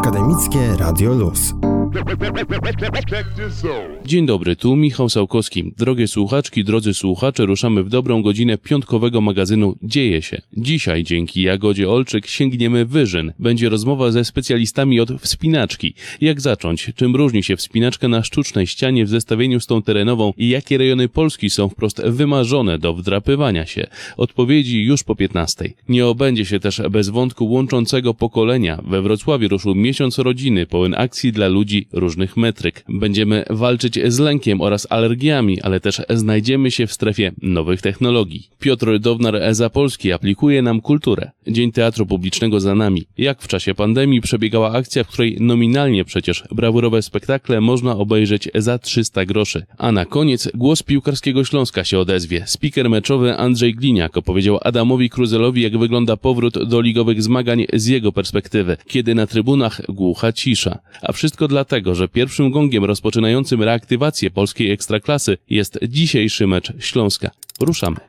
Akademickie Radio Luz. Dzień dobry, tu Michał Sałkowski. Drogie słuchaczki, drodzy słuchacze, ruszamy w dobrą godzinę piątkowego magazynu Dzieje się. Dzisiaj dzięki Jagodzie Olczyk sięgniemy wyżyn. Będzie rozmowa ze specjalistami od wspinaczki. Jak zacząć? Czym różni się wspinaczka na sztucznej ścianie w zestawieniu z tą terenową i jakie rejony Polski są wprost wymarzone do wdrapywania się? Odpowiedzi już po 15:00. Nie obędzie się też bez wątku łączącego pokolenia. We Wrocławiu ruszył miesiąc rodziny, pełen akcji dla ludzi różnych metryk. Będziemy walczyć z lękiem oraz alergiami, ale też znajdziemy się w strefie nowych technologii. Piotr Downar-Zapolski aplikuje nam kulturę. Dzień Teatru Publicznego za nami. Jak w czasie pandemii przebiegała akcja, w której nominalnie przecież brawurowe spektakle można obejrzeć za 300 groszy. A na koniec głos piłkarskiego Śląska się odezwie. Spiker meczowy Andrzej Gliniak opowiedział Adamowi Kruzelowi, jak wygląda powrót do ligowych zmagań z jego perspektywy, kiedy na trybunach głucha cisza. A wszystko dlatego, że pierwszym gongiem rozpoczynającym reaktywację polskiej ekstraklasy jest dzisiejszy mecz Śląska. Ruszamy.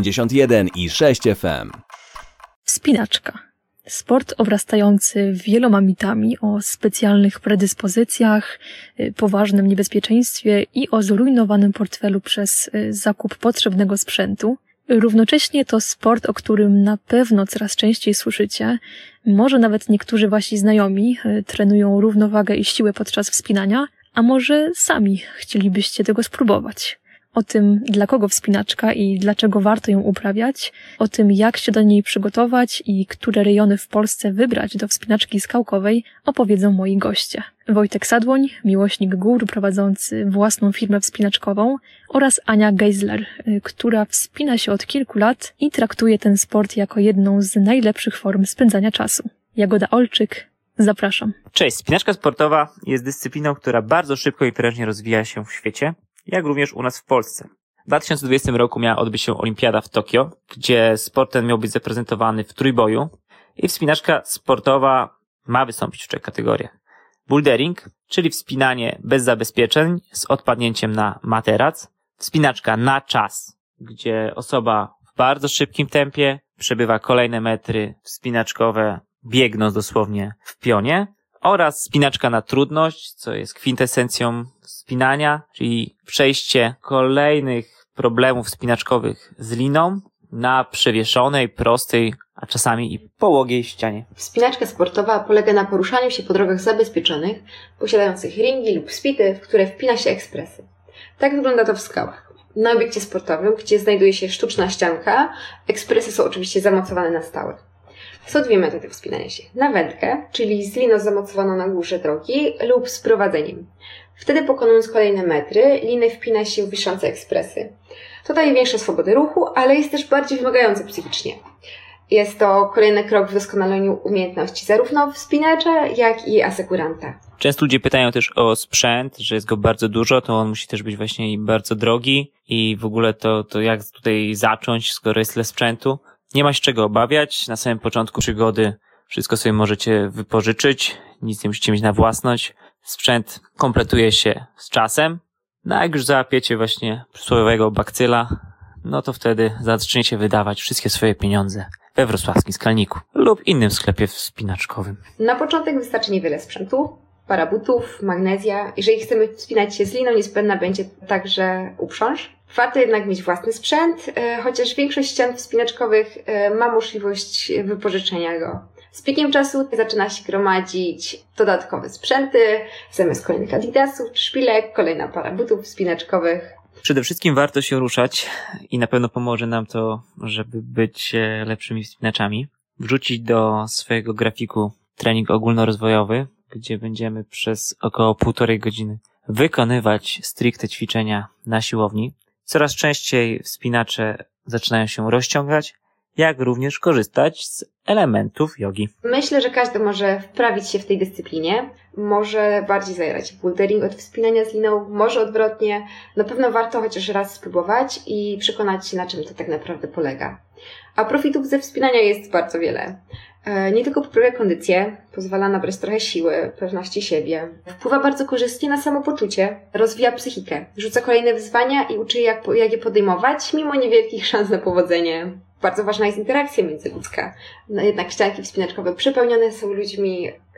91,6 FM. Wspinaczka. Sport obrastający wieloma mitami o specjalnych predyspozycjach, poważnym niebezpieczeństwie i o zrujnowanym portfelu przez zakup potrzebnego sprzętu. Równocześnie to sport, o którym na pewno coraz częściej słyszycie. Może nawet niektórzy wasi znajomi trenują równowagę i siłę podczas wspinania, a może sami chcielibyście tego spróbować. O tym, dla kogo wspinaczka i dlaczego warto ją uprawiać, o tym, jak się do niej przygotować i które rejony w Polsce wybrać do wspinaczki skałkowej, opowiedzą moi goście. Wojtek Sadłoń, miłośnik gór prowadzący własną firmę wspinaczkową, oraz Ania Geisler, która wspina się od kilku lat i traktuje ten sport jako jedną z najlepszych form spędzania czasu. Jagoda Olczyk, zapraszam. Cześć, wspinaczka sportowa jest dyscypliną, która bardzo szybko i prężnie rozwija się w świecie, jak również u nas w Polsce. W 2020 roku miała odbyć się Olimpiada w Tokio, gdzie sport ten miał być zaprezentowany w trójboju i wspinaczka sportowa ma wystąpić w 3 kategoriach. Bouldering, czyli wspinanie bez zabezpieczeń z odpadnięciem na materac. Wspinaczka na czas, gdzie osoba w bardzo szybkim tempie przebywa kolejne metry wspinaczkowe, biegnąc dosłownie w pionie. Oraz wspinaczka na trudność, co jest kwintesencją wspinania, czyli przejście kolejnych problemów wspinaczkowych z liną na przewieszonej, prostej, a czasami i połogiej ścianie. Wspinaczka sportowa polega na poruszaniu się po drogach zabezpieczonych, posiadających ringi lub spity, w które wpina się ekspresy. Tak wygląda to w skałach. Na obiekcie sportowym, gdzie znajduje się sztuczna ścianka, ekspresy są oczywiście zamocowane na stałe. Są 2 metody wspinania się. Na wędkę, czyli z liną zamocowaną na górze drogi lub z prowadzeniem. Wtedy pokonując kolejne metry, liny wpina się w wiszące ekspresy. To daje większą swobodę ruchu, ale jest też bardziej wymagające psychicznie. Jest to kolejny krok w doskonaleniu umiejętności zarówno wspinacza, jak i asekuranta. Często ludzie pytają też o sprzęt, że jest go bardzo dużo, to on musi też być właśnie bardzo drogi i w ogóle to jak tutaj zacząć, skoro jest tyle sprzętu. Nie ma się czego obawiać. Na samym początku przygody wszystko sobie możecie wypożyczyć. Nic nie musicie mieć na własność. Sprzęt kompletuje się z czasem. No a jak już załapiecie właśnie przysłowiowego bakcyla, no to wtedy zaczniecie wydawać wszystkie swoje pieniądze we wrocławskim Skalniku lub innym sklepie wspinaczkowym. Na początek wystarczy niewiele sprzętu. Para butów, magnezja. Jeżeli chcemy wspinać się z liną, niezbędna będzie także uprząż. Warto jednak mieć własny sprzęt, chociaż większość ścian wspinaczkowych ma możliwość wypożyczenia go. Z biegiem czasu zaczyna się gromadzić dodatkowe sprzęty, zamiast kolejnych adidasów czy szpilek, kolejna para butów wspinaczkowych. Przede wszystkim warto się ruszać i na pewno pomoże nam to, żeby być lepszymi wspinaczami. Wrzucić do swojego grafiku trening ogólnorozwojowy, gdzie będziemy przez około 1,5 godziny wykonywać stricte ćwiczenia na siłowni. Coraz częściej wspinacze zaczynają się rozciągać, jak również korzystać z elementów jogi. Myślę, że każdy może wprawić się w tej dyscyplinie. Może bardziej zajarać bouldering od wspinania z liną, może odwrotnie. Na pewno warto chociaż raz spróbować i przekonać się, na czym to tak naprawdę polega. A profitów ze wspinania jest bardzo wiele. Nie tylko poprawia kondycję, pozwala nabrać trochę siły, pewności siebie. Wpływa bardzo korzystnie na samopoczucie, rozwija psychikę, rzuca kolejne wyzwania i uczy jak je podejmować, mimo niewielkich szans na powodzenie. Bardzo ważna jest interakcja międzyludzka. No jednak ścianki wspinaczkowe przepełnione są ludźmi,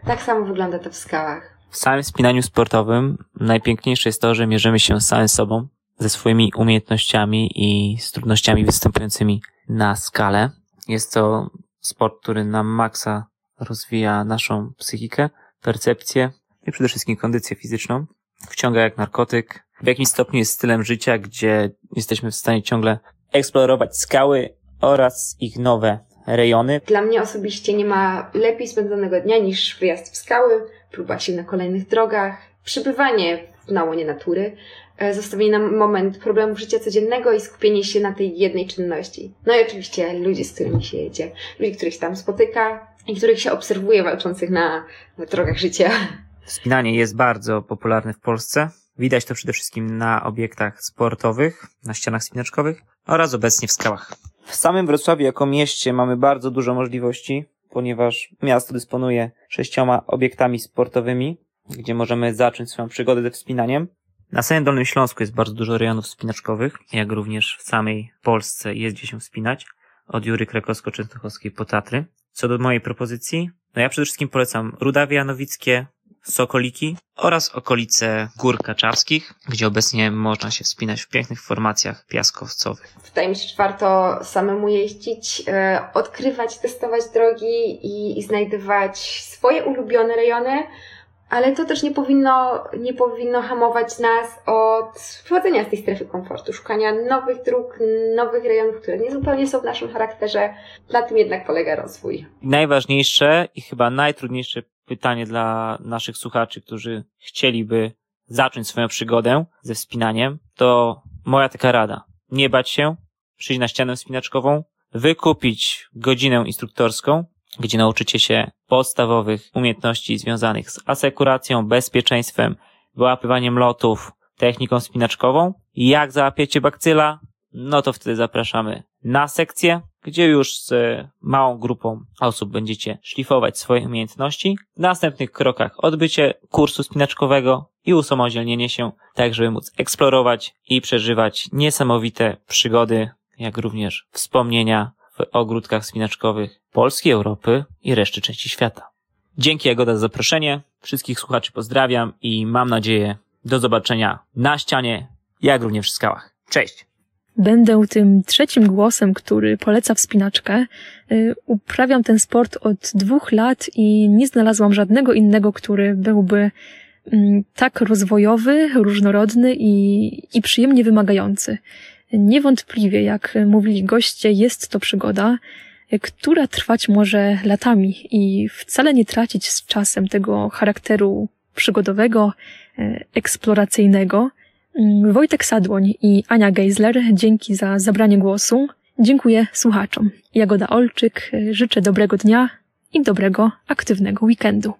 Tak samo wygląda to w skałach. W samym wspinaniu sportowym najpiękniejsze jest to, że mierzymy się z samym sobą, ze swoimi umiejętnościami i z trudnościami występującymi na skale. Jest to sport, który na maksa rozwija naszą psychikę, percepcję i przede wszystkim kondycję fizyczną. Wciąga jak narkotyk. W jakimś stopniu jest stylem życia, gdzie jesteśmy w stanie ciągle eksplorować skały oraz ich nowe rejony. Dla mnie osobiście nie ma lepiej spędzonego dnia niż wyjazd w skały, próba sił na kolejnych drogach, przebywanie na łonie natury, zostawienie na moment problemów życia codziennego i skupienie się na tej jednej czynności. No i oczywiście ludzi, z którymi się jedzie, ludzi, których się tam spotyka i których się obserwuje walczących na drogach życia. Wspinanie jest bardzo popularne w Polsce. Widać to przede wszystkim na obiektach sportowych, na ścianach wspinaczkowych oraz obecnie w skałach. W samym Wrocławiu jako mieście mamy bardzo dużo możliwości, ponieważ miasto dysponuje 6 obiektami sportowymi, gdzie możemy zacząć swoją przygodę ze wspinaniem. Na samym Dolnym Śląsku jest bardzo dużo rejonów wspinaczkowych, jak również w samej Polsce jest gdzie się wspinać, od Jury Krakowsko-Częstochowskiej po Tatry. Co do mojej propozycji, no ja przede wszystkim polecam Rudawie Janowickie, Sokoliki oraz okolice Gór Kaczawskich, gdzie obecnie można się wspinać w pięknych formacjach piaskowcowych. Wydaje mi się, że warto samemu jeździć, odkrywać, testować drogi i znajdywać swoje ulubione rejony, ale to też nie powinno hamować nas od wychodzenia z tej strefy komfortu, szukania nowych dróg, nowych rejonów, które nie zupełnie są w naszym charakterze. Na tym jednak polega rozwój. Najważniejsze i chyba najtrudniejsze pytanie dla naszych słuchaczy, którzy chcieliby zacząć swoją przygodę ze wspinaniem, to moja taka rada. Nie bać się, przyjść na ścianę wspinaczkową, wykupić godzinę instruktorską, gdzie nauczycie się podstawowych umiejętności związanych z asekuracją, bezpieczeństwem, wyłapywaniem lotów, techniką wspinaczkową. I jak załapiecie bakcyla, no to wtedy zapraszamy na sekcję, gdzie już z małą grupą osób będziecie szlifować swoje umiejętności. W następnych krokach odbycie kursu spinaczkowego i usamodzielnienie się, tak żeby móc eksplorować i przeżywać niesamowite przygody, jak również wspomnienia w ogródkach wspinaczkowych Polski, Europy i reszty części świata. Dzięki Jagoda za zaproszenie. Wszystkich słuchaczy pozdrawiam i mam nadzieję do zobaczenia na ścianie, jak również w skałach. Cześć! Będę tym trzecim głosem, który poleca wspinaczkę. Uprawiam ten sport od 2 lat i nie znalazłam żadnego innego, który byłby tak rozwojowy, różnorodny i przyjemnie wymagający. Niewątpliwie, jak mówili goście, jest to przygoda, która trwać może latami i wcale nie tracić z czasem tego charakteru przygodowego, eksploracyjnego. Wojtek Sadłoń i Ania Geisler, dzięki za zabranie głosu. Dziękuję słuchaczom. Jagoda Olczyk, życzę dobrego dnia i dobrego, aktywnego weekendu.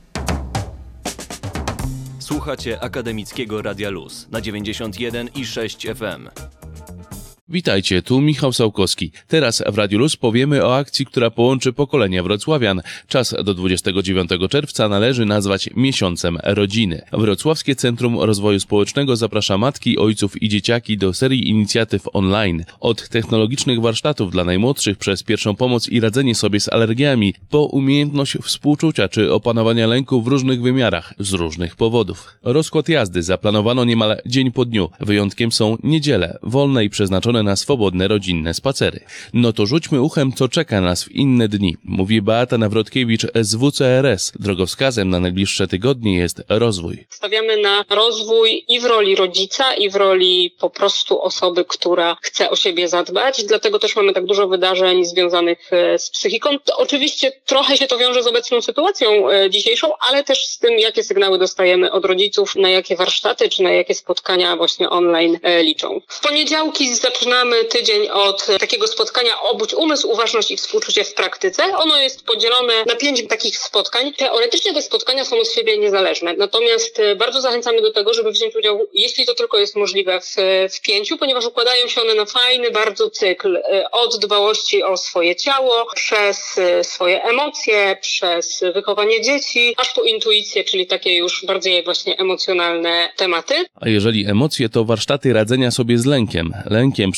Słuchacie Akademickiego Radia Luz na 91,6 FM. Witajcie, tu Michał Sałkowski. Teraz w Radiu Luz powiemy o akcji, która połączy pokolenia wrocławian. Czas do 29 czerwca należy nazwać Miesiącem Rodziny. Wrocławskie Centrum Rozwoju Społecznego zaprasza matki, ojców i dzieciaki do serii inicjatyw online. Od technologicznych warsztatów dla najmłodszych przez pierwszą pomoc i radzenie sobie z alergiami, po umiejętność współczucia czy opanowania lęku w różnych wymiarach, z różnych powodów. Rozkład jazdy zaplanowano niemal dzień po dniu. Wyjątkiem są niedziele, wolne i przeznaczone na swobodne rodzinne spacery. No to rzućmy uchem, co czeka nas w inne dni, mówi Beata Nawrotkiewicz z WCRS. Drogowskazem na najbliższe tygodnie jest rozwój. Stawiamy na rozwój i w roli rodzica, i w roli po prostu osoby, która chce o siebie zadbać. Dlatego też mamy tak dużo wydarzeń związanych z psychiką. To oczywiście trochę się to wiąże z obecną sytuacją dzisiejszą, ale też z tym, jakie sygnały dostajemy od rodziców, na jakie warsztaty czy na jakie spotkania właśnie online liczą. W poniedziałki zaczynamy tydzień od takiego spotkania Obudź umysł, uważność i współczucie w praktyce. Ono jest podzielone na 5 takich spotkań. Teoretycznie te spotkania są od siebie niezależne, natomiast bardzo zachęcamy do tego, żeby wziąć udział, jeśli to tylko jest możliwe, w 5, ponieważ układają się one na fajny bardzo cykl od dbałości o swoje ciało, przez swoje emocje, przez wychowanie dzieci, aż po intuicję, czyli takie już bardziej właśnie emocjonalne tematy. A jeżeli emocje, to warsztaty radzenia sobie z lękiem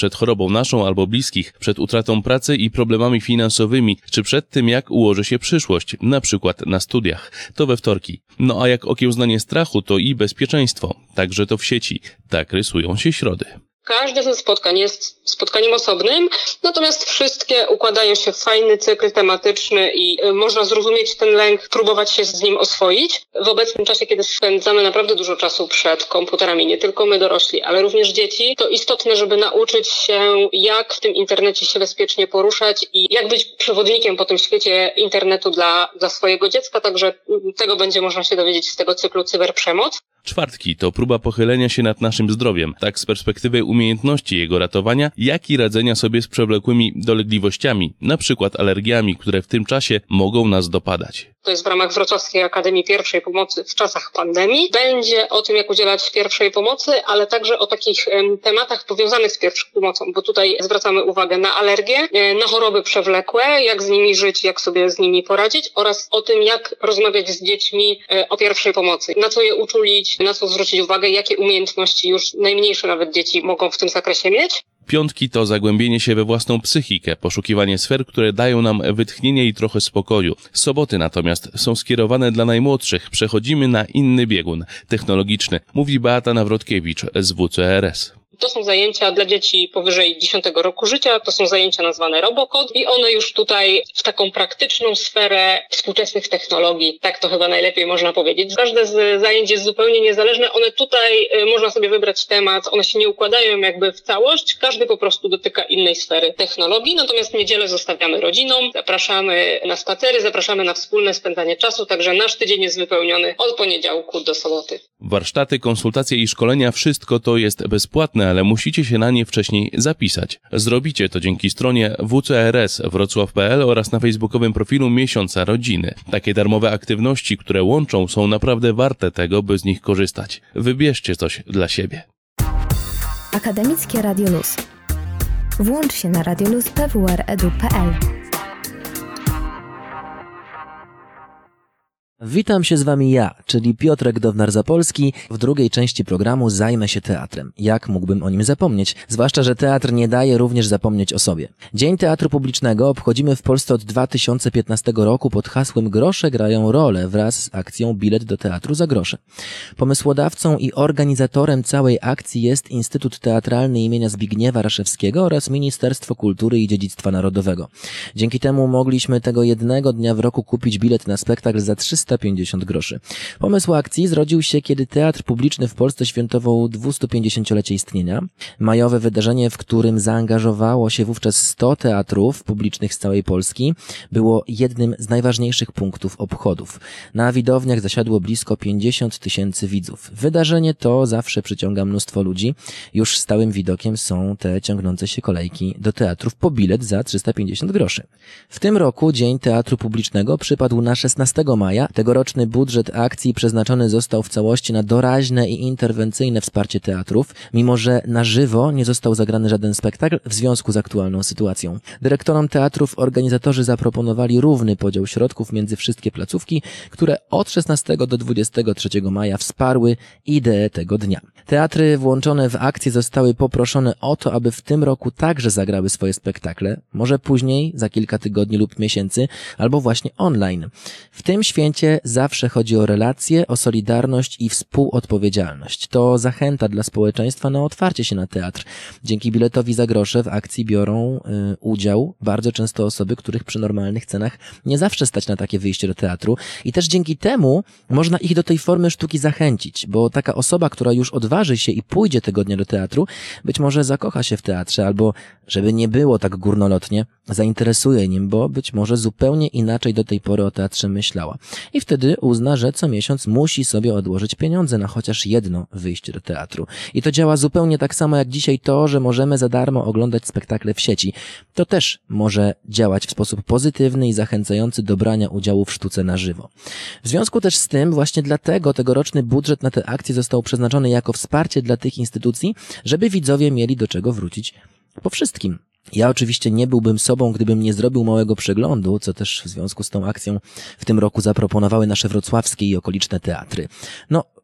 przed chorobą naszą albo bliskich, przed utratą pracy i problemami finansowymi, czy przed tym, jak ułoży się przyszłość, na przykład na studiach. To we wtorki. No a jak okiełznanie strachu, to i bezpieczeństwo. Także to w sieci. Tak rysują się środy. Każde ze spotkań jest spotkaniem osobnym, natomiast wszystkie układają się w fajny cykl tematyczny i można zrozumieć ten lęk, próbować się z nim oswoić. W obecnym czasie, kiedy spędzamy naprawdę dużo czasu przed komputerami, nie tylko my dorośli, ale również dzieci, to istotne, żeby nauczyć się, jak w tym internecie się bezpiecznie poruszać i jak być przewodnikiem po tym świecie internetu dla swojego dziecka, także tego będzie można się dowiedzieć z tego cyklu Cyberprzemoc. Czwartki to próba pochylenia się nad naszym zdrowiem, tak z perspektywy umiejętności jego ratowania, jak i radzenia sobie z przewlekłymi dolegliwościami, na przykład alergiami, które w tym czasie mogą nas dopadać. To jest w ramach Wrocławskiej Akademii Pierwszej Pomocy w czasach pandemii. Będzie o tym, jak udzielać pierwszej pomocy, ale także o takich tematach powiązanych z pierwszą pomocą, bo tutaj zwracamy uwagę na alergie, na choroby przewlekłe, jak z nimi żyć, jak sobie z nimi poradzić oraz o tym, jak rozmawiać z dziećmi o pierwszej pomocy, na co je uczulić, na co zwrócić uwagę, jakie umiejętności już najmniejsze nawet dzieci mogą w tym zakresie mieć. Piątki to zagłębienie się we własną psychikę, poszukiwanie sfer, które dają nam wytchnienie i trochę spokoju. Soboty natomiast są skierowane dla najmłodszych. Przechodzimy na inny biegun, technologiczny, mówi Beata Nawrotkiewicz z WCRS. To są zajęcia dla dzieci powyżej 10 roku życia, to są zajęcia nazwane Robocode i one już tutaj w taką praktyczną sferę współczesnych technologii, tak to chyba najlepiej można powiedzieć. Każde z zajęć jest zupełnie niezależne, one tutaj można sobie wybrać temat, one się nie układają jakby w całość, każdy po prostu dotyka innej sfery technologii, natomiast niedzielę zostawiamy rodzinom, zapraszamy na spacery, zapraszamy na wspólne spędzanie czasu, także nasz tydzień jest wypełniony od poniedziałku do soboty. Warsztaty, konsultacje i szkolenia, wszystko to jest bezpłatne, ale musicie się na nie wcześniej zapisać. Zrobicie to dzięki stronie WCRS Wrocław.pl oraz na facebookowym profilu Miesiąca Rodziny. Takie darmowe aktywności, które łączą, są naprawdę warte tego, by z nich korzystać. Wybierzcie coś dla siebie. Akademickie Radio Luz. Włącz się na radioluz.pwr.edu.pl. Witam się z Wami ja, czyli Piotrek Downar-Zapolski. W drugiej części programu zajmę się teatrem. Jak mógłbym o nim zapomnieć? Zwłaszcza, że teatr nie daje również zapomnieć o sobie. Dzień Teatru Publicznego obchodzimy w Polsce od 2015 roku pod hasłem Grosze grają rolę wraz z akcją Bilet do teatru za grosze. Pomysłodawcą i organizatorem całej akcji jest Instytut Teatralny imienia Zbigniewa Raszewskiego oraz Ministerstwo Kultury i Dziedzictwa Narodowego. Dzięki temu mogliśmy tego jednego dnia w roku kupić bilet na spektakl za 350 groszy. Pomysł akcji zrodził się, kiedy Teatr Publiczny w Polsce świętował 250-lecie istnienia. Majowe wydarzenie, w którym zaangażowało się wówczas 100 teatrów publicznych z całej Polski, było jednym z najważniejszych punktów obchodów. Na widowniach zasiadło blisko 50 000 widzów. Wydarzenie to zawsze przyciąga mnóstwo ludzi. Już stałym widokiem są te ciągnące się kolejki do teatrów po bilet za 350 groszy. W tym roku Dzień Teatru Publicznego przypadł na 16 maja. Tegoroczny budżet akcji przeznaczony został w całości na doraźne i interwencyjne wsparcie teatrów, mimo że na żywo nie został zagrany żaden spektakl w związku z aktualną sytuacją. Dyrektorom teatrów organizatorzy zaproponowali równy podział środków między wszystkie placówki, które od 16 do 23 maja wsparły ideę tego dnia. Teatry włączone w akcję zostały poproszone o to, aby w tym roku także zagrały swoje spektakle, może później, za kilka tygodni lub miesięcy, albo właśnie online. W tym święcie zawsze chodzi o relacje, o solidarność i współodpowiedzialność. To zachęta dla społeczeństwa na otwarcie się na teatr. Dzięki biletowi za grosze w akcji biorą udział bardzo często osoby, których przy normalnych cenach nie zawsze stać na takie wyjście do teatru i też dzięki temu można ich do tej formy sztuki zachęcić, bo taka osoba, która już odważy się i pójdzie tego dnia do teatru, być może zakocha się w teatrze albo, żeby nie było tak górnolotnie, zainteresuje nim, bo być może zupełnie inaczej do tej pory o teatrze myślała. I wtedy uzna, że co miesiąc musi sobie odłożyć pieniądze na chociaż jedno wyjście do teatru. I to działa zupełnie tak samo jak dzisiaj to, że możemy za darmo oglądać spektakle w sieci. To też może działać w sposób pozytywny i zachęcający do brania udziału w sztuce na żywo. W związku też z tym, właśnie dlatego tegoroczny budżet na tę akcję został przeznaczony jako wsparcie dla tych instytucji, żeby widzowie mieli do czego wrócić po wszystkim. Ja oczywiście nie byłbym sobą, gdybym nie zrobił małego przeglądu, co też w związku z tą akcją w tym roku zaproponowały nasze wrocławskie i okoliczne teatry.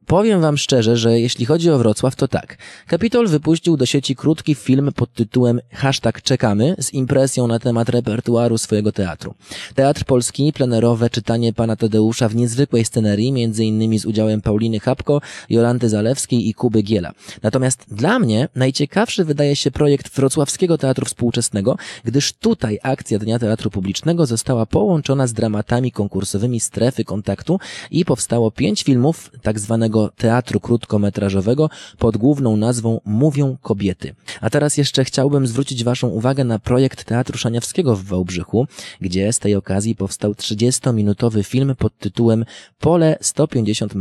Powiem wam szczerze, że jeśli chodzi o Wrocław, to tak. Kapitol wypuścił do sieci krótki film pod tytułem #Czekamy z impresją na temat repertuaru swojego teatru. Teatr Polski, plenerowe czytanie pana Tadeusza w niezwykłej scenerii, między innymi z udziałem Pauliny Chapko, Jolanty Zalewskiej i Kuby Giela. Natomiast dla mnie najciekawszy wydaje się projekt Wrocławskiego Teatru Współczesnego, gdyż tutaj akcja Dnia Teatru Publicznego została połączona z dramatami konkursowymi Strefy Kontaktu i powstało 5 filmów tak zwanego teatru krótkometrażowego pod główną nazwą Mówią kobiety. A teraz jeszcze chciałbym zwrócić waszą uwagę na projekt Teatru Szaniawskiego w Wałbrzychu, gdzie z tej okazji powstał 30-minutowy film pod tytułem Pole 150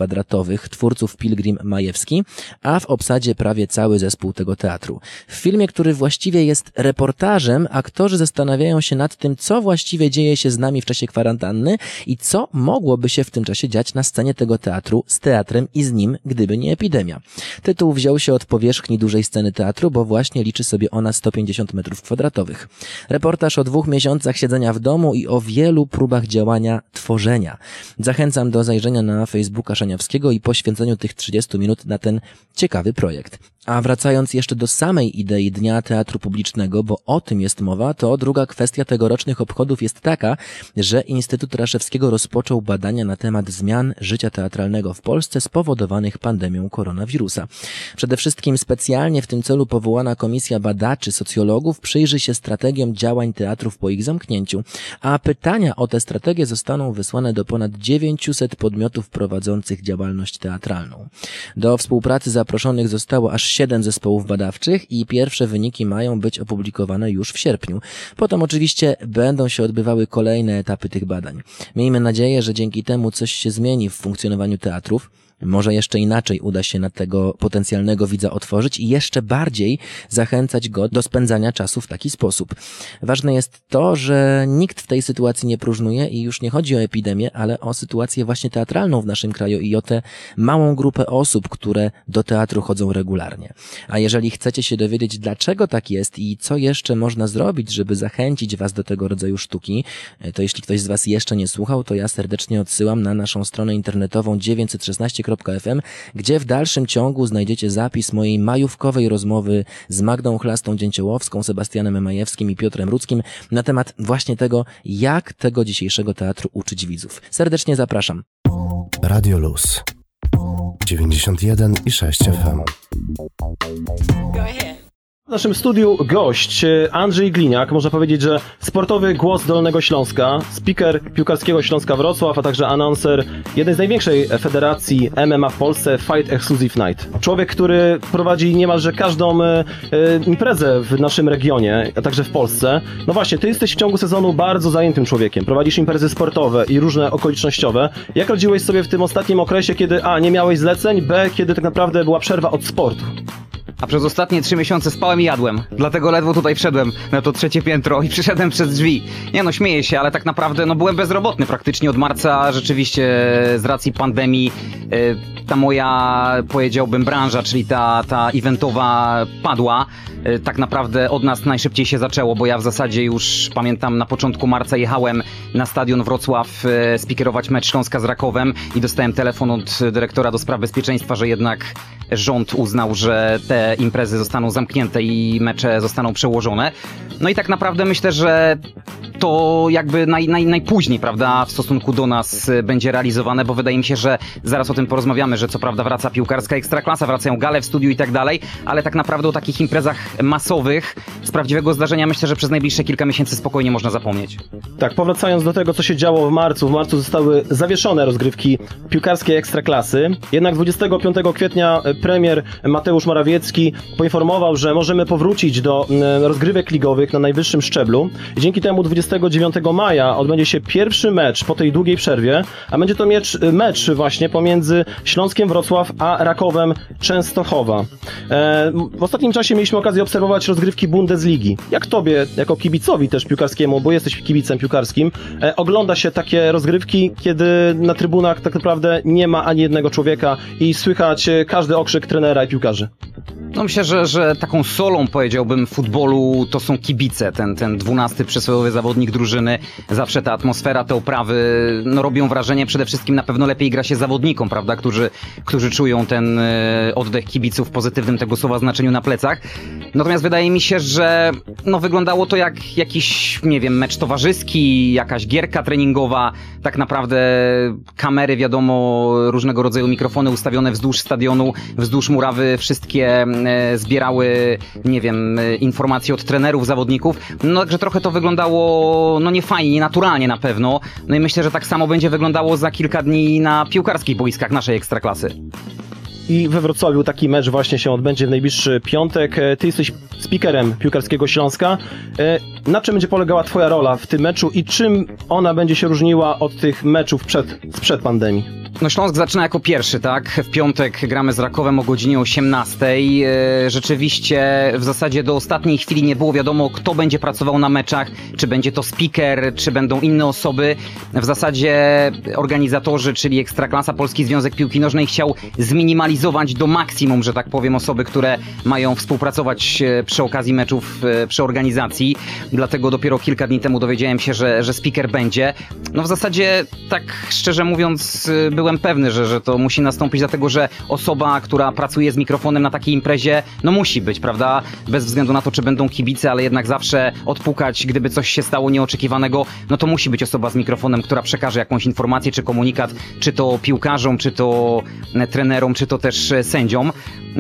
m2 twórców Pilgrim Majewski, a w obsadzie prawie cały zespół tego teatru. W filmie, który właściwie jest reportażem, aktorzy zastanawiają się nad tym, co właściwie dzieje się z nami w czasie kwarantanny i co mogłoby się w tym czasie dziać na scenie tego teatru, z teatrem i z nim, gdyby nie epidemia. Tytuł wziął się od powierzchni dużej sceny teatru, bo właśnie liczy sobie ona 150 m2. Reportaż o 2 miesiącach siedzenia w domu i o wielu próbach działania, tworzenia. Zachęcam do zajrzenia na Facebooka Szaniawskiego i poświęceniu tych 30 minut na ten ciekawy projekt. A wracając jeszcze do samej idei Dnia Teatru Publicznego, bo o tym jest mowa, to druga kwestia tegorocznych obchodów jest taka, że Instytut Raszewskiego rozpoczął badania na temat zmian życia teatralnego w Polsce spowodowanych pandemią koronawirusa. Przede wszystkim specjalnie w tym celu powołana komisja badaczy, socjologów przyjrzy się strategiom działań teatrów po ich zamknięciu, a pytania o te strategie zostaną wysłane do ponad 900 podmiotów prowadzących działalność teatralną. Do współpracy zaproszonych zostało aż 7 zespołów badawczych i pierwsze wyniki mają być opublikowane już w sierpniu. Potem oczywiście będą się odbywały kolejne etapy tych badań. Miejmy nadzieję, że dzięki temu coś się zmieni w funkcjonowaniu teatrów. Może jeszcze inaczej uda się na tego potencjalnego widza otworzyć i jeszcze bardziej zachęcać go do spędzania czasu w taki sposób. Ważne jest to, że nikt w tej sytuacji nie próżnuje i już nie chodzi o epidemię, ale o sytuację właśnie teatralną w naszym kraju i o tę małą grupę osób, które do teatru chodzą regularnie. A jeżeli chcecie się dowiedzieć, dlaczego tak jest i co jeszcze można zrobić, żeby zachęcić was do tego rodzaju sztuki, to jeśli ktoś z was jeszcze nie słuchał, to ja serdecznie odsyłam na naszą stronę internetową 916.fm, gdzie w dalszym ciągu znajdziecie zapis mojej majówkowej rozmowy z Magdą Chlastą-Dzięciołowską, Sebastianem Majewskim i Piotrem Rudzkim na temat właśnie tego, jak tego dzisiejszego teatru uczyć widzów. Serdecznie zapraszam. Radio Luz 91,6 FM. W naszym studiu gość Andrzej Gliniak, można powiedzieć, że sportowy głos Dolnego Śląska, speaker piłkarskiego Śląska Wrocław, a także announcer jednej z największej federacji MMA w Polsce, Fight Exclusive Night. Człowiek, który prowadzi niemalże każdą imprezę w naszym regionie, a także w Polsce. No właśnie, ty jesteś w ciągu sezonu bardzo zajętym człowiekiem. Prowadzisz imprezy sportowe i różne okolicznościowe. Jak radziłeś sobie w tym ostatnim okresie, kiedy A, nie miałeś zleceń, B, kiedy tak naprawdę była przerwa od sportu? A przez ostatnie 3 miesiące spałem i jadłem. Dlatego ledwo tutaj wszedłem na to 3. piętro i przyszedłem przez drzwi. Nie no, śmieję się, ale tak naprawdę no byłem bezrobotny praktycznie od marca. Rzeczywiście z racji pandemii ta moja, powiedziałbym, branża, czyli ta eventowa padła. Tak naprawdę od nas najszybciej się zaczęło, bo ja w zasadzie już pamiętam na początku marca jechałem na stadion Wrocław spikerować mecz Śląska z Rakowem i dostałem telefon od dyrektora do spraw bezpieczeństwa, że jednak rząd uznał, że te imprezy zostaną zamknięte i mecze zostaną przełożone. No i tak naprawdę myślę, że to jakby najpóźniej, prawda, w stosunku do nas będzie realizowane, bo wydaje mi się, że zaraz o tym porozmawiamy, że co prawda wraca piłkarska ekstraklasa, wracają gale w studiu i tak dalej, ale tak naprawdę o takich imprezach masowych z prawdziwego zdarzenia myślę, że przez najbliższe kilka miesięcy spokojnie można zapomnieć. Tak, powracając do tego, co się działo w marcu zostały zawieszone rozgrywki piłkarskiej ekstraklasy, jednak 25 kwietnia premier Mateusz Morawiecki poinformował, że możemy powrócić do rozgrywek ligowych na najwyższym szczeblu. Dzięki temu 29 maja odbędzie się pierwszy mecz po tej długiej przerwie, a będzie to mecz właśnie pomiędzy Śląskiem Wrocław a Rakowem Częstochowa. W ostatnim czasie mieliśmy okazję obserwować rozgrywki Bundesligi. Jak tobie, jako kibicowi też piłkarskiemu, bo jesteś kibicem piłkarskim, ogląda się takie rozgrywki, kiedy na trybunach tak naprawdę nie ma ani jednego człowieka i słychać każdy okrzyk trenera i piłkarzy? No myślę, że taką solą, powiedziałbym, futbolu to są kibice. Ten 12 przysłowiowy zawodnik drużyny. Zawsze ta atmosfera, te oprawy robią wrażenie. Przede wszystkim na pewno lepiej gra się zawodnikom, prawda? Którzy czują ten oddech kibiców w pozytywnym tego słowa znaczeniu na plecach. Natomiast wydaje mi się, że wyglądało to jak jakiś, nie wiem, mecz towarzyski, jakaś gierka treningowa. Tak naprawdę kamery, wiadomo, różnego rodzaju mikrofony ustawione wzdłuż stadionu, wzdłuż murawy, wszystkie zbierały, nie wiem, informacje od trenerów, zawodników. No także trochę to wyglądało, nie fajnie, nienaturalnie na pewno. No i myślę, że tak samo będzie wyglądało za kilka dni na piłkarskich boiskach naszej Ekstraklasy. I we Wrocławiu taki mecz właśnie się odbędzie w najbliższy piątek. Ty jesteś speakerem piłkarskiego Śląska. Na czym będzie polegała twoja rola w tym meczu i czym ona będzie się różniła od tych meczów sprzed pandemii? No Śląsk zaczyna jako pierwszy, tak? W piątek gramy z Rakowem o godzinie 18:00. Rzeczywiście w zasadzie do ostatniej chwili nie było wiadomo, kto będzie pracował na meczach, czy będzie to speaker, czy będą inne osoby. W zasadzie organizatorzy, czyli Ekstraklasa, Polski Związek Piłki Nożnej chciał zminimalizować do maksimum, że tak powiem, osoby, które mają współpracować przy okazji meczów, przy organizacji. Dlatego dopiero kilka dni temu dowiedziałem się, że speaker będzie. No w zasadzie, tak szczerze mówiąc, byłem pewny, że to musi nastąpić, dlatego że osoba, która pracuje z mikrofonem na takiej imprezie, musi być, prawda? Bez względu na to, czy będą kibice, ale jednak zawsze odpukać, gdyby coś się stało nieoczekiwanego, to musi być osoba z mikrofonem, która przekaże jakąś informację czy komunikat, czy to piłkarzom, czy to trenerom, czy to też sędziom.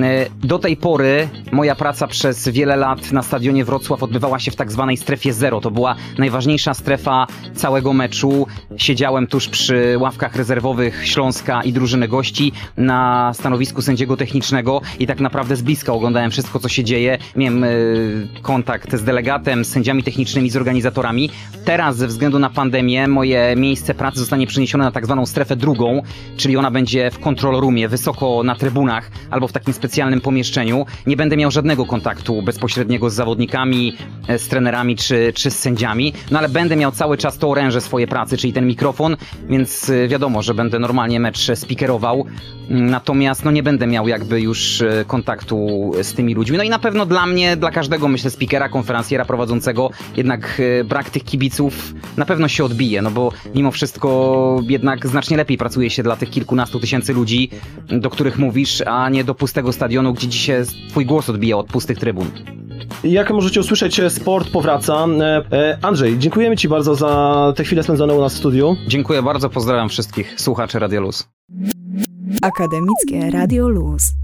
Do tej pory moja praca przez wiele lat na stadionie Wrocław odbywała się w tak zwanej strefie 0. To była najważniejsza strefa całego meczu. Siedziałem tuż przy ławkach rezerwowych Śląska i drużyny gości na stanowisku sędziego technicznego i tak naprawdę z bliska oglądałem wszystko, co się dzieje. Miałem kontakt z delegatem, z sędziami technicznymi, z organizatorami. Teraz ze względu na pandemię moje miejsce pracy zostanie przeniesione na tak zwaną strefę 2, czyli ona będzie w control roomie, wysoko na trybunach albo w takim specjalnym pomieszczeniu. Nie będę miał żadnego kontaktu bezpośredniego z zawodnikami, z trenerami czy z sędziami, ale będę miał cały czas to oręże swojej pracy, czyli ten mikrofon, więc wiadomo, że będę normalnie mecz speakerował, natomiast nie będę miał jakby już kontaktu z tymi ludźmi. No i na pewno dla mnie, dla każdego, myślę, speakera, konferencjera prowadzącego, jednak brak tych kibiców na pewno się odbije, bo mimo wszystko jednak znacznie lepiej pracuje się dla tych kilkunastu tysięcy ludzi, do których mówisz, a nie do pustego stadionu, gdzie dziś się twój głos odbija od pustych trybun. Jak możecie usłyszeć, sport powraca. Andrzej, dziękujemy Ci bardzo za te chwile spędzone u nas w studiu. Dziękuję bardzo, pozdrawiam wszystkich słuchaczy Radio Luz. Akademickie Radio Luz.